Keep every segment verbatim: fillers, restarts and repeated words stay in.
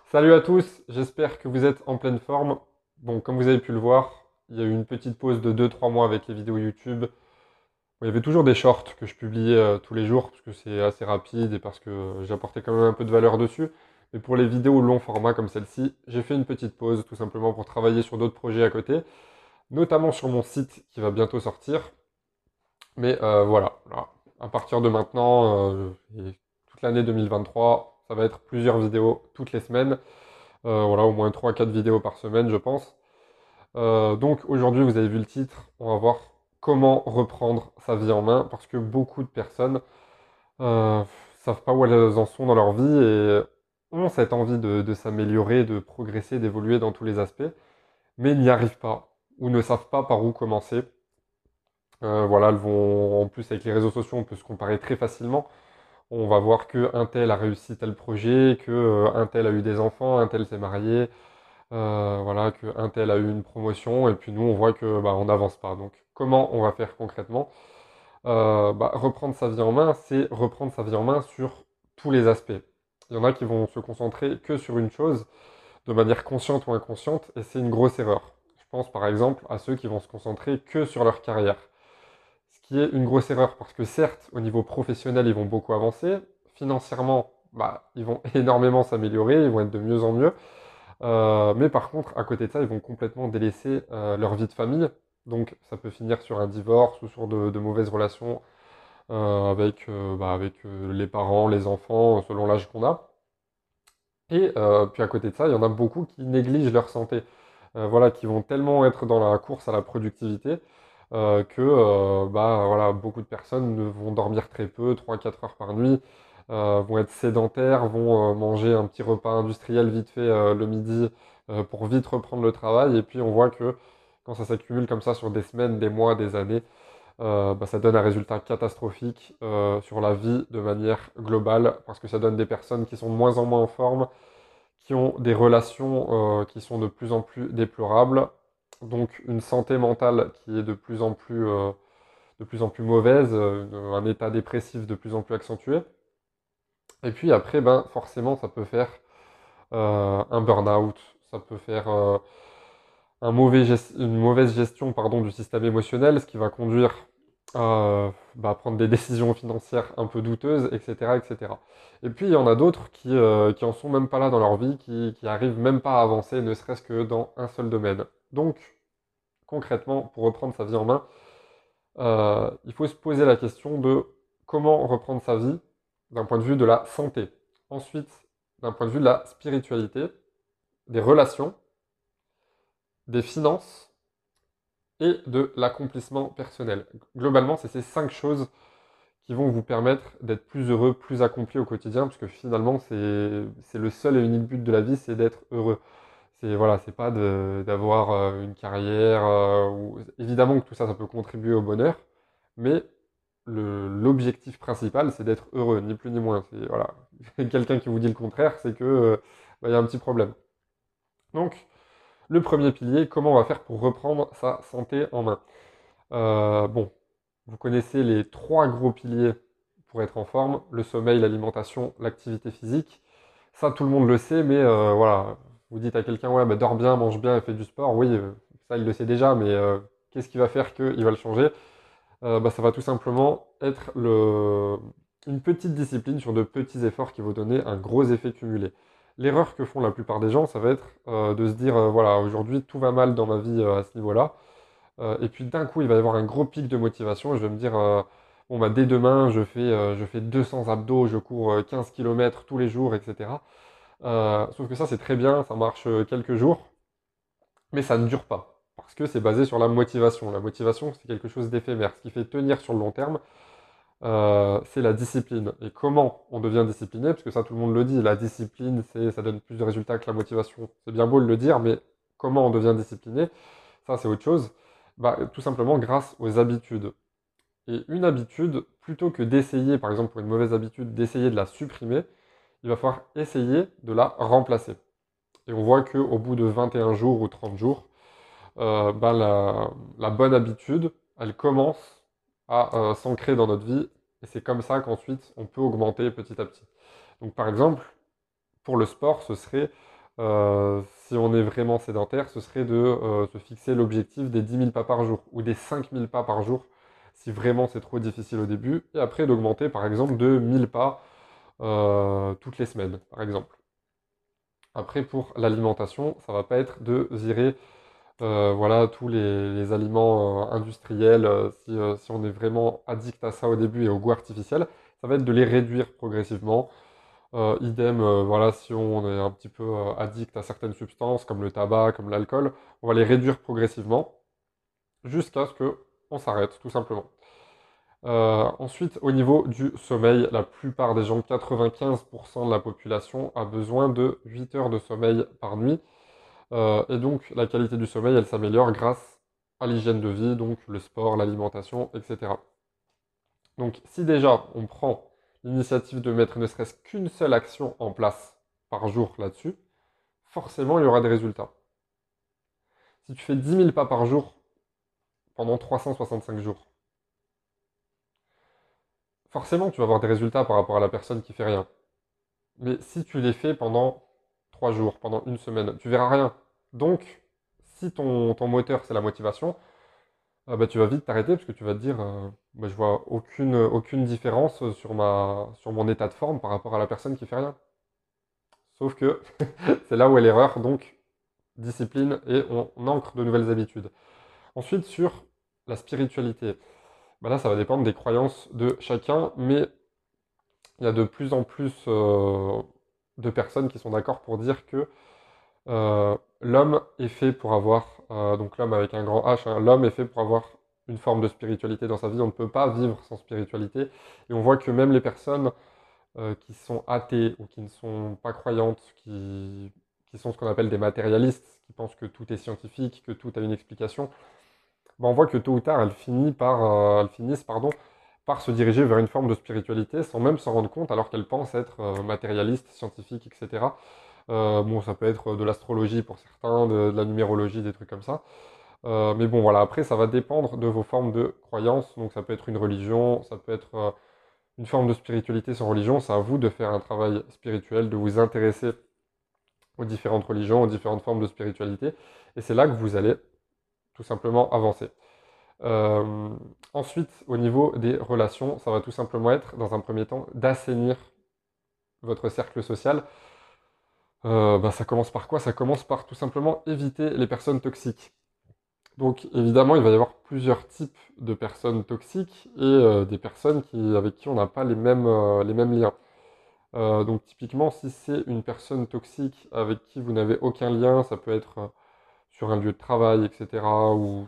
Salut à tous, j'espère que vous êtes en pleine forme. Bon, comme vous avez pu le voir, il y a eu une petite pause de deux trois mois avec les vidéos YouTube. Bon, il y avait toujours des shorts que je publiais euh, tous les jours, parce que c'est assez rapide et parce que euh, j'apportais quand même un peu de valeur dessus. Mais pour les vidéos long format comme celle-ci, j'ai fait une petite pause, tout simplement pour travailler sur d'autres projets à côté, notamment sur mon site qui va bientôt sortir. Mais euh, voilà, voilà. À partir de maintenant, euh, et toute l'année deux mille vingt-trois, ça va être plusieurs vidéos toutes les semaines. Euh, voilà, au moins trois quatre vidéos par semaine, je pense. Euh, donc aujourd'hui, vous avez vu le titre, on va voir comment reprendre sa vie en main, parce que beaucoup de personnes euh, savent pas où elles en sont dans leur vie et ont cette envie de, de s'améliorer, de progresser, d'évoluer dans tous les aspects, mais n'y arrivent pas, ou ne savent pas par où commencer. Euh, voilà, elles vont, en plus avec les réseaux sociaux, on peut se comparer très facilement. On va voir que un tel a réussi tel projet, que euh, un tel a eu des enfants, un tel s'est marié, euh, voilà, que un tel a eu une promotion, et puis nous, on voit que bah, on n'avance pas. Donc, comment on va faire concrètement? Euh, bah, reprendre sa vie en main, c'est reprendre sa vie en main sur tous les aspects. Il y en a qui vont se concentrer que sur une chose, de manière consciente ou inconsciente, et c'est une grosse erreur. Je pense par exemple à ceux qui vont se concentrer que sur leur carrière. Ce qui est une grosse erreur, parce que certes, au niveau professionnel, ils vont beaucoup avancer, financièrement, bah, ils vont énormément s'améliorer, ils vont être de mieux en mieux. Euh, mais par contre, à côté de ça, ils vont complètement délaisser euh, leur vie de famille. Donc ça peut finir sur un divorce ou sur de, de mauvaises relations euh, avec, euh, bah, avec euh, les parents, les enfants, selon l'âge qu'on a. Et euh, puis à côté de ça, il y en a beaucoup qui négligent leur santé. Euh, voilà, qui vont tellement être dans la course à la productivité euh, que euh, bah, voilà, beaucoup de personnes ne vont dormir très peu, trois quatre heures par nuit, euh, vont être sédentaires, vont euh, manger un petit repas industriel vite fait euh, le midi euh, pour vite reprendre le travail. Et puis on voit que quand ça s'accumule comme ça sur des semaines, des mois, des années, euh, bah, ça donne un résultat catastrophique euh, sur la vie de manière globale, parce que ça donne des personnes qui sont de moins en moins en forme, qui ont des relations euh, qui sont de plus en plus déplorables, donc une santé mentale qui est de plus en plus, euh, de plus en plus mauvaise, euh, un état dépressif de plus en plus accentué. Et puis après, ben, forcément, ça peut faire euh, un burn-out, ça peut faire euh, un mauvais gest- une mauvaise gestion pardon, du système émotionnel, ce qui va conduire à bah, prendre des décisions financières un peu douteuses, et cetera, et cetera. Et puis il y en a d'autres qui, euh, qui en sont même pas là dans leur vie, qui, qui arrivent même pas à avancer, ne serait-ce que dans un seul domaine. Donc, concrètement, pour reprendre sa vie en main, euh, il faut se poser la question de comment reprendre sa vie d'un point de vue de la santé. Ensuite, d'un point de vue de la spiritualité, des relations, des finances et de l'accomplissement personnel. Globalement, c'est ces cinq choses qui vont vous permettre d'être plus heureux, plus accompli au quotidien, parce que finalement, c'est c'est le seul et unique but de la vie, c'est d'être heureux. C'est voilà, c'est pas de- d'avoir euh, une carrière. Euh, ou- Évidemment que tout ça, ça peut contribuer au bonheur, mais le- l'objectif principal, c'est d'être heureux, ni plus ni moins. C'est voilà, quelqu'un qui vous dit le contraire, c'est que euh, bah, il y a un petit problème. Donc, le premier pilier, comment on va faire pour reprendre sa santé en main? Euh, bon, vous connaissez les trois gros piliers pour être en forme, le sommeil, l'alimentation, l'activité physique. Ça, tout le monde le sait, mais euh, voilà, vous dites à quelqu'un, ouais, bah, dors bien, mange bien et fais du sport. Oui, euh, ça, il le sait déjà, mais euh, qu'est-ce qui va faire qu'il va le changer? Euh, bah, ça va tout simplement être le... une petite discipline sur de petits efforts qui vont donner un gros effet cumulé. L'erreur que font la plupart des gens, ça va être euh, de se dire, euh, voilà, aujourd'hui, tout va mal dans ma vie euh, à ce niveau-là. Euh, et puis d'un coup, il va y avoir un gros pic de motivation. Et je vais me dire, euh, bon, bah, dès demain, je fais, euh, je fais deux cents abdos, je cours euh, quinze kilomètres tous les jours, et cetera. Euh, sauf que ça, c'est très bien, ça marche euh, quelques jours, mais ça ne dure pas. Parce que c'est basé sur la motivation. La motivation, c'est quelque chose d'éphémère. Ce qui fait tenir sur le long terme, euh, c'est la discipline. Et comment on devient discipliné? Parce que ça, tout le monde le dit, la discipline, c'est, ça donne plus de résultats que la motivation. C'est bien beau de le dire, mais comment on devient discipliné? Ça, c'est autre chose. Bah, tout simplement grâce aux habitudes. Et une habitude, plutôt que d'essayer, par exemple pour une mauvaise habitude, d'essayer de la supprimer, il va falloir essayer de la remplacer. Et on voit qu'au bout de vingt et un jours ou trente jours, euh, bah, la, la bonne habitude, elle commence à euh, s'ancrer dans notre vie. Et c'est comme ça qu'ensuite, on peut augmenter petit à petit. Donc par exemple, pour le sport, ce serait Euh, si on est vraiment sédentaire, ce serait de euh, se fixer l'objectif des dix mille pas par jour ou des cinq mille pas par jour, si vraiment c'est trop difficile au début, et après d'augmenter par exemple de mille pas euh, toutes les semaines, par exemple. Après, pour l'alimentation, ça va pas être de virer euh, voilà, tous les, les aliments euh, industriels, euh, si, euh, si on est vraiment addict à ça au début et au goût artificiel, ça va être de les réduire progressivement. Euh, idem, euh, voilà, si on est un petit peu euh, addict à certaines substances comme le tabac, comme l'alcool, on va les réduire progressivement jusqu'à ce que on s'arrête, tout simplement. Euh, ensuite, au niveau du sommeil, la plupart des gens, quatre-vingt-quinze pour cent de la population, a besoin de huit heures de sommeil par nuit. Euh, et donc, la qualité du sommeil, elle s'améliore grâce à l'hygiène de vie, donc le sport, l'alimentation, et cetera. Donc, si déjà on prend l'initiative de mettre ne serait-ce qu'une seule action en place par jour là-dessus, forcément, il y aura des résultats. Si tu fais dix mille pas par jour pendant trois cent soixante-cinq jours, forcément, tu vas avoir des résultats par rapport à la personne qui fait rien. Mais si tu les fais pendant trois jours, pendant une semaine, tu verras rien. Donc, si ton, ton moteur, c'est la motivation, ah bah, tu vas vite t'arrêter parce que tu vas te dire, euh, bah, je vois aucune, aucune différence sur ma, sur mon état de forme par rapport à la personne qui fait rien. Sauf que c'est là où est l'erreur, donc discipline et on, on ancre de nouvelles habitudes. Ensuite, sur la spiritualité, bah là, ça va dépendre des croyances de chacun, mais il y a de plus en plus euh, de personnes qui sont d'accord pour dire que euh, l'homme est fait pour avoir, euh, donc l'homme avec un grand H, hein, l'homme est fait pour avoir une forme de spiritualité dans sa vie. On ne peut pas vivre sans spiritualité. Et on voit que même les personnes euh, qui sont athées ou qui ne sont pas croyantes, qui, qui sont ce qu'on appelle des matérialistes, qui pensent que tout est scientifique, que tout a une explication, ben, on voit que tôt ou tard, elles, finissent par, euh, elles finissent pardon, par se diriger vers une forme de spiritualité sans même s'en rendre compte alors qu'elles pensent être euh, matérialistes, scientifiques, et cetera. Euh, bon, ça peut être de l'astrologie pour certains, de, de la numérologie, des trucs comme ça. Euh, mais bon, voilà, après, ça va dépendre de vos formes de croyances. Donc, ça peut être une religion, ça peut être euh, une forme de spiritualité sans religion. C'est à vous de faire un travail spirituel, de vous intéresser aux différentes religions, aux différentes formes de spiritualité. Et c'est là que vous allez tout simplement avancer. Euh, ensuite, au niveau des relations, ça va tout simplement être, dans un premier temps, d'assainir votre cercle social. Euh, bah, ça commence par quoi? Ça commence par tout simplement éviter les personnes toxiques. Donc évidemment, il va y avoir plusieurs types de personnes toxiques et euh, des personnes qui, avec qui on n'a pas les mêmes, euh, les mêmes liens. Euh, donc typiquement, si c'est une personne toxique avec qui vous n'avez aucun lien, ça peut être euh, sur un lieu de travail, et cetera, ou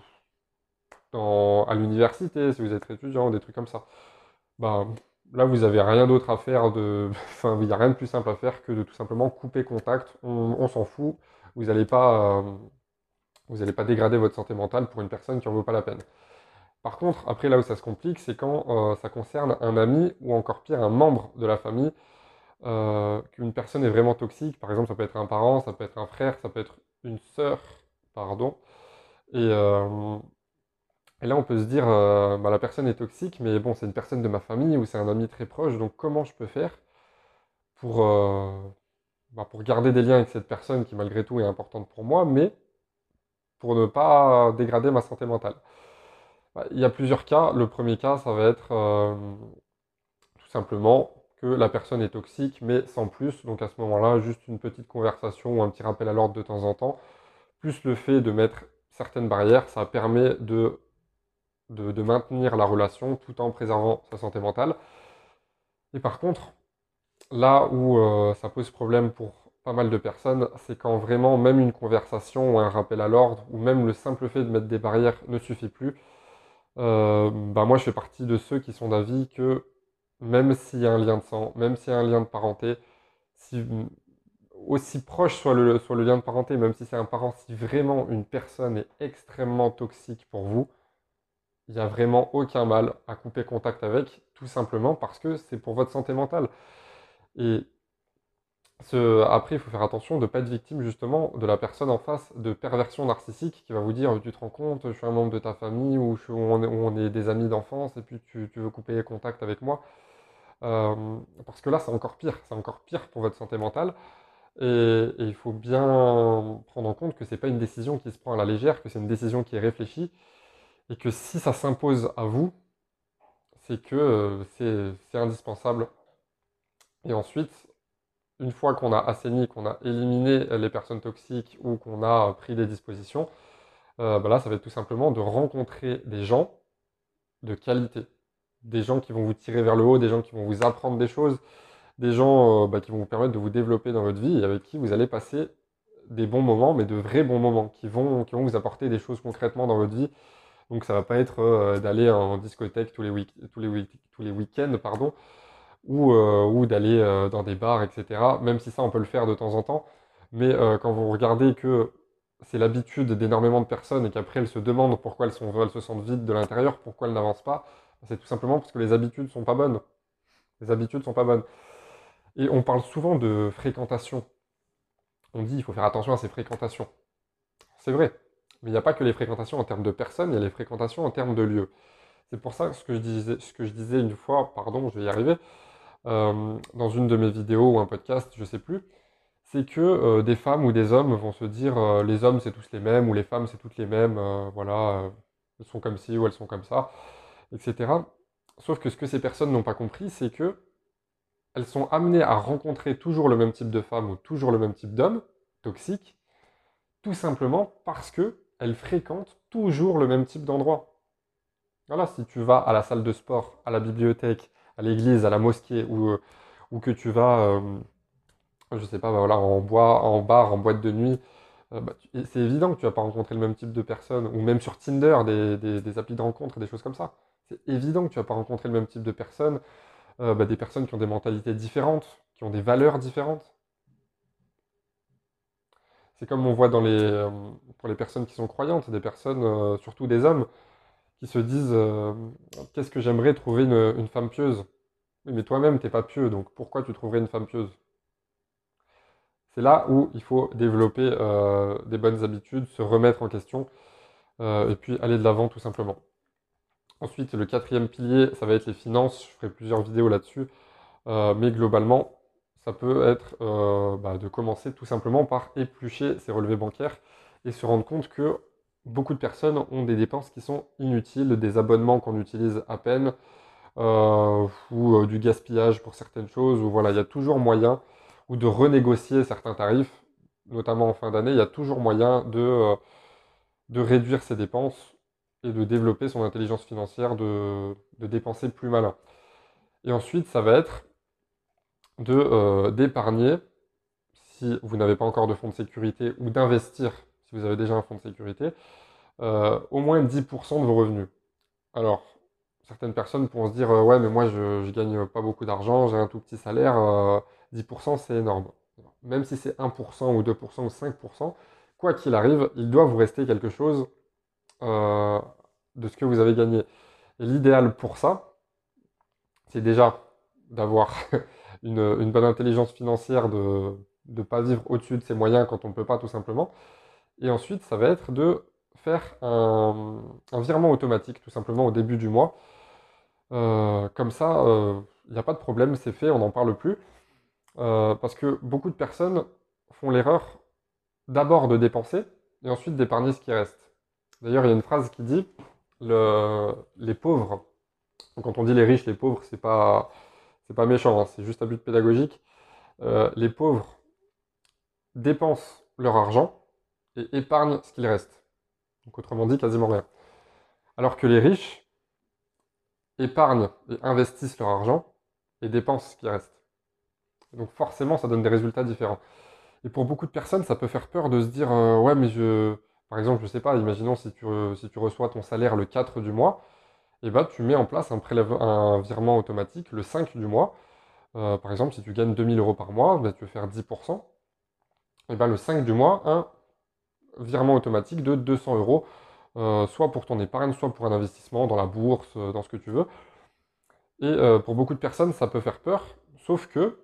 dans- à l'université, si vous êtes étudiant, des trucs comme ça. Bah, là, vous n'avez rien d'autre à faire de... Enfin, il n'y a rien de plus simple à faire que de tout simplement couper contact. On, on s'en fout. Vous n'allez pas, euh, vous n'allez pas dégrader votre santé mentale pour une personne qui en vaut pas la peine. Par contre, après, là où ça se complique, c'est quand euh, ça concerne un ami ou encore pire, un membre de la famille, euh, qu'une personne est vraiment toxique. Par exemple, ça peut être un parent, ça peut être un frère, ça peut être une sœur, pardon. Et, euh, et là, on peut se dire, euh, bah, la personne est toxique, mais bon, c'est une personne de ma famille ou c'est un ami très proche, donc comment je peux faire pour, euh, bah, pour garder des liens avec cette personne qui, malgré tout, est importante pour moi, mais pour ne pas dégrader ma santé mentale? Bah, il y a plusieurs cas. Le premier cas, ça va être euh, tout simplement que la personne est toxique, mais sans plus. Donc à ce moment-là, juste une petite conversation ou un petit rappel à l'ordre de temps en temps, plus le fait de mettre certaines barrières, ça permet de, de, de maintenir la relation tout en préservant sa santé mentale. Et par contre, là où euh, ça pose problème pour pas mal de personnes, c'est quand vraiment même une conversation ou un rappel à l'ordre, ou même le simple fait de mettre des barrières ne suffit plus. Euh, bah moi, je fais partie de ceux qui sont d'avis que même s'il y a un lien de sang, même s'il y a un lien de parenté, si, aussi proche soit le, soit le lien de parenté, même si c'est un parent, si vraiment une personne est extrêmement toxique pour vous, il n'y a vraiment aucun mal à couper contact avec, tout simplement parce que c'est pour votre santé mentale. Et ce, après, il faut faire attention de ne pas être victime justement de la personne en face de perversion narcissique qui va vous dire, tu te rends compte, je suis un membre de ta famille ou, je, ou on, est, ou on est des amis d'enfance et puis tu, tu veux couper contact avec moi. Euh, parce que là, c'est encore pire, c'est encore pire pour votre santé mentale. Et, et il faut bien prendre en compte que c'est pas une décision qui se prend à la légère, que c'est une décision qui est réfléchie, et que si ça s'impose à vous, c'est que euh, c'est c'est indispensable. Et ensuite, une fois qu'on a assaini, qu'on a éliminé les personnes toxiques ou qu'on a pris des dispositions, euh, bah là, ça va être tout simplement de rencontrer des gens de qualité. Des gens qui vont vous tirer vers le haut, des gens qui vont vous apprendre des choses, des gens euh, bah, qui vont vous permettre de vous développer dans votre vie et avec qui vous allez passer des bons moments, mais de vrais bons moments, qui vont, qui vont vous apporter des choses concrètement dans votre vie. Donc ça va pas être euh, d'aller en discothèque tous les, week tous les, week tous les week-ends, pardon, ou, euh, ou d'aller euh, dans des bars, et cetera. Même si ça, on peut le faire de temps en temps. Mais euh, quand vous regardez que c'est l'habitude d'énormément de personnes et qu'après elles se demandent pourquoi elles, sont, elles se sentent vides de l'intérieur, pourquoi elles n'avancent pas, c'est tout simplement parce que les habitudes sont pas bonnes. Les habitudes sont pas bonnes. Et on parle souvent de fréquentation. On dit il faut faire attention à ses fréquentations. C'est vrai. Mais il n'y a pas que les fréquentations en termes de personnes, il y a les fréquentations en termes de lieux. C'est pour ça que ce que je disais, ce que je disais une fois, pardon, je vais y arriver, euh, dans une de mes vidéos ou un podcast, je sais plus, c'est que euh, des femmes ou des hommes vont se dire euh, les hommes c'est tous les mêmes ou les femmes c'est toutes les mêmes, euh, voilà, euh, elles sont comme ci ou elles sont comme ça, et cetera. Sauf que ce que ces personnes n'ont pas compris, c'est que elles sont amenées à rencontrer toujours le même type de femme ou toujours le même type d'homme, toxique, tout simplement parce que elles fréquentent toujours le même type d'endroit. Voilà, si tu vas à la salle de sport, à la bibliothèque, à l'église, à la mosquée, ou, euh, ou que tu vas, euh, je sais pas, bah voilà, en bois, en bar, en boîte de nuit, euh, bah, tu- et c'est évident que tu vas pas rencontrer le même type de personnes, ou même sur Tinder, des, des, des applis de rencontre, des choses comme ça. C'est évident que tu vas pas rencontrer le même type de personnes, euh, bah, des personnes qui ont des mentalités différentes, qui ont des valeurs différentes. C'est comme on voit dans les, euh, pour les personnes qui sont croyantes, des personnes, euh, surtout des hommes, qui se disent euh, qu'est-ce que j'aimerais trouver une, une femme pieuse. Oui, mais toi-même, t'es pas pieux, donc pourquoi tu trouverais une femme pieuse? C'est là où il faut développer euh, des bonnes habitudes, se remettre en question, euh, et puis aller de l'avant tout simplement. Ensuite, le quatrième pilier, ça va être les finances. Je ferai plusieurs vidéos là-dessus, euh, mais globalement, ça peut être euh, bah, de commencer tout simplement par éplucher ses relevés bancaires et se rendre compte que beaucoup de personnes ont des dépenses qui sont inutiles, des abonnements qu'on utilise à peine, euh, ou euh, du gaspillage pour certaines choses, ou voilà, il y a toujours moyen, ou de renégocier certains tarifs, notamment en fin d'année, il y a toujours moyen de, euh, de réduire ses dépenses et de développer son intelligence financière, de, de dépenser plus malin. Et ensuite, ça va être de euh, d'épargner si vous n'avez pas encore de fonds de sécurité ou d'investir si vous avez déjà un fonds de sécurité, euh, au moins dix pour cent de vos revenus. Alors, certaines personnes pourront se dire euh, ouais, mais moi je, je gagne pas beaucoup d'argent, j'ai un tout petit salaire, euh, dix pour cent c'est énorme. Même si c'est un pour cent ou deux pour cent ou cinq pour cent, quoi qu'il arrive, il doit vous rester quelque chose euh, de ce que vous avez gagné. Et l'idéal pour ça, c'est déjà d'avoir une, une bonne intelligence financière, de ne pas vivre au-dessus de ses moyens quand on ne peut pas tout simplement. Et ensuite, ça va être de faire un, un virement automatique tout simplement au début du mois. Euh, comme ça, euh, il n'y a pas de problème, c'est fait, on n'en parle plus. Euh, parce que beaucoup de personnes font l'erreur d'abord de dépenser et ensuite d'épargner ce qui reste. D'ailleurs, il y a une phrase qui dit le, les pauvres, donc quand on dit les riches, les pauvres, c'est pas, c'est pas méchant, hein, c'est juste un but pédagogique. Euh, les pauvres dépensent leur argent et épargnent ce qu'il reste. Donc autrement dit, quasiment rien. Alors que les riches épargnent et investissent leur argent et dépensent ce qui reste. Donc forcément, ça donne des résultats différents. Et pour beaucoup de personnes, ça peut faire peur de se dire euh, ouais, mais je. Par exemple, je sais pas, imaginons si tu, re- si tu reçois ton salaire le quatre du mois, et ben tu mets en place un prélève, un virement automatique le cinq du mois. Euh, par exemple, si tu gagnes deux mille euros par mois, ben, tu veux faire dix pour cent. Et ben le cinq du mois, un virement automatique de deux cents euros, euh, soit pour ton épargne, soit pour un investissement dans la bourse, euh, dans ce que tu veux. Et euh, pour beaucoup de personnes, ça peut faire peur, sauf que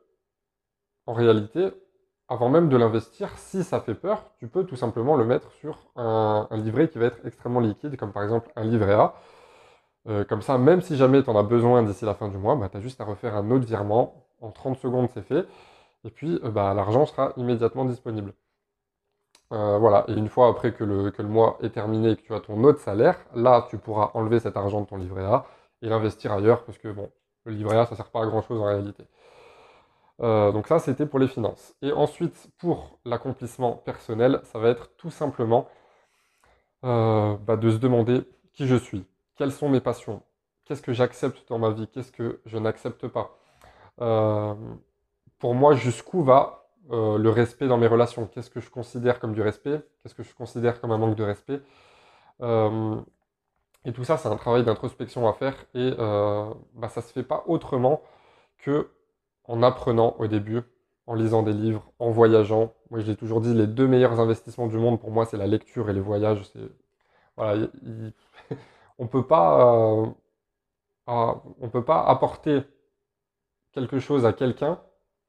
en réalité, avant même de l'investir, si ça fait peur, tu peux tout simplement le mettre sur un, un livret qui va être extrêmement liquide, comme par exemple un livret A. Euh, comme ça, même si jamais tu en as besoin d'ici la fin du mois, bah, tu as juste à refaire un autre virement. En trente secondes, c'est fait. Et puis, euh, bah, l'argent sera immédiatement disponible. Euh, voilà, et une fois après que le, que le mois est terminé et que tu as ton autre salaire, là, tu pourras enlever cet argent de ton livret A et l'investir ailleurs, parce que bon, le livret A, ça sert pas à grand-chose en réalité. Euh, donc ça, c'était pour les finances. Et ensuite, pour l'accomplissement personnel, ça va être tout simplement euh, bah, de se demander qui je suis, quelles sont mes passions, qu'est-ce que j'accepte dans ma vie, qu'est-ce que je n'accepte pas. Euh, pour moi, jusqu'où va euh, le respect dans mes relations? Qu'est-ce que je considère comme du respect? Qu'est-ce que je considère comme un manque de respect? Euh, et tout ça, c'est un travail d'introspection à faire et euh, bah, ça se fait pas autrement que en apprenant au début, en lisant des livres, en voyageant. Moi, je l'ai toujours dit, les deux meilleurs investissements du monde pour moi, c'est la lecture et les voyages. C'est, voilà, il- il- on peut pas, euh, ah, on peut pas apporter quelque chose à quelqu'un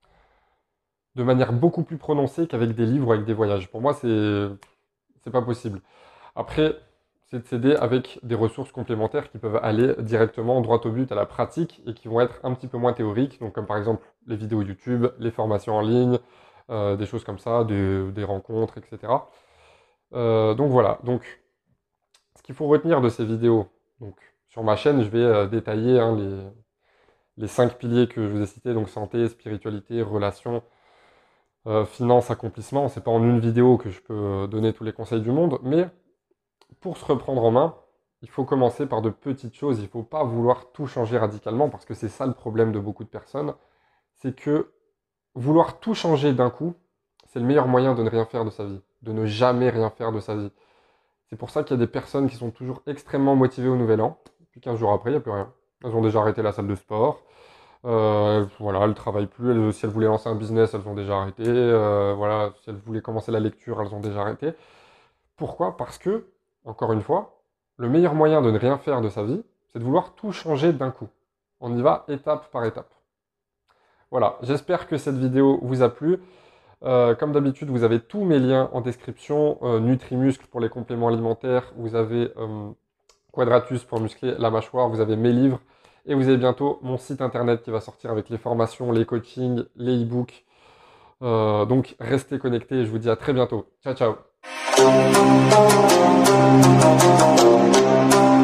de manière beaucoup plus prononcée qu'avec des livres ou avec des voyages. Pour moi, c'est c'est pas possible. Après, c'est de s'aider avec des ressources complémentaires qui peuvent aller directement droit au but à la pratique et qui vont être un petit peu moins théoriques, donc comme par exemple les vidéos YouTube, les formations en ligne, euh, des choses comme ça, des, des rencontres, et cetera. Euh, donc voilà, donc ce qu'il faut retenir de ces vidéos, donc sur ma chaîne, je vais euh, détailler hein, les, les cinq piliers que je vous ai cités, donc santé, spiritualité, relations, euh, finances, accomplissement. C'est pas en une vidéo que je peux euh, donner tous les conseils du monde, mais pour se reprendre en main, il faut commencer par de petites choses. Il ne faut pas vouloir tout changer radicalement parce que c'est ça le problème de beaucoup de personnes. C'est que vouloir tout changer d'un coup, c'est le meilleur moyen de ne rien faire de sa vie, de ne jamais rien faire de sa vie. C'est pour ça qu'il y a des personnes qui sont toujours extrêmement motivées au nouvel an, puis quinze jours après, il n'y a plus rien. Elles ont déjà arrêté la salle de sport, euh, voilà, elles ne travaillent plus, elles, si elles voulaient lancer un business, elles ont déjà arrêté, euh, voilà, si elles voulaient commencer la lecture, elles ont déjà arrêté. Pourquoi? Parce que, encore une fois, le meilleur moyen de ne rien faire de sa vie, c'est de vouloir tout changer d'un coup. On y va étape par étape. Voilà, j'espère que cette vidéo vous a plu. Euh, comme d'habitude, vous avez tous mes liens en description. Euh, Nutrimuscle pour les compléments alimentaires. Vous avez euh, Quadratus pour muscler la mâchoire. Vous avez mes livres. Et vous avez bientôt mon site internet qui va sortir avec les formations, les coachings, les e-books. Euh, donc restez connectés et je vous dis à très bientôt. Ciao, ciao.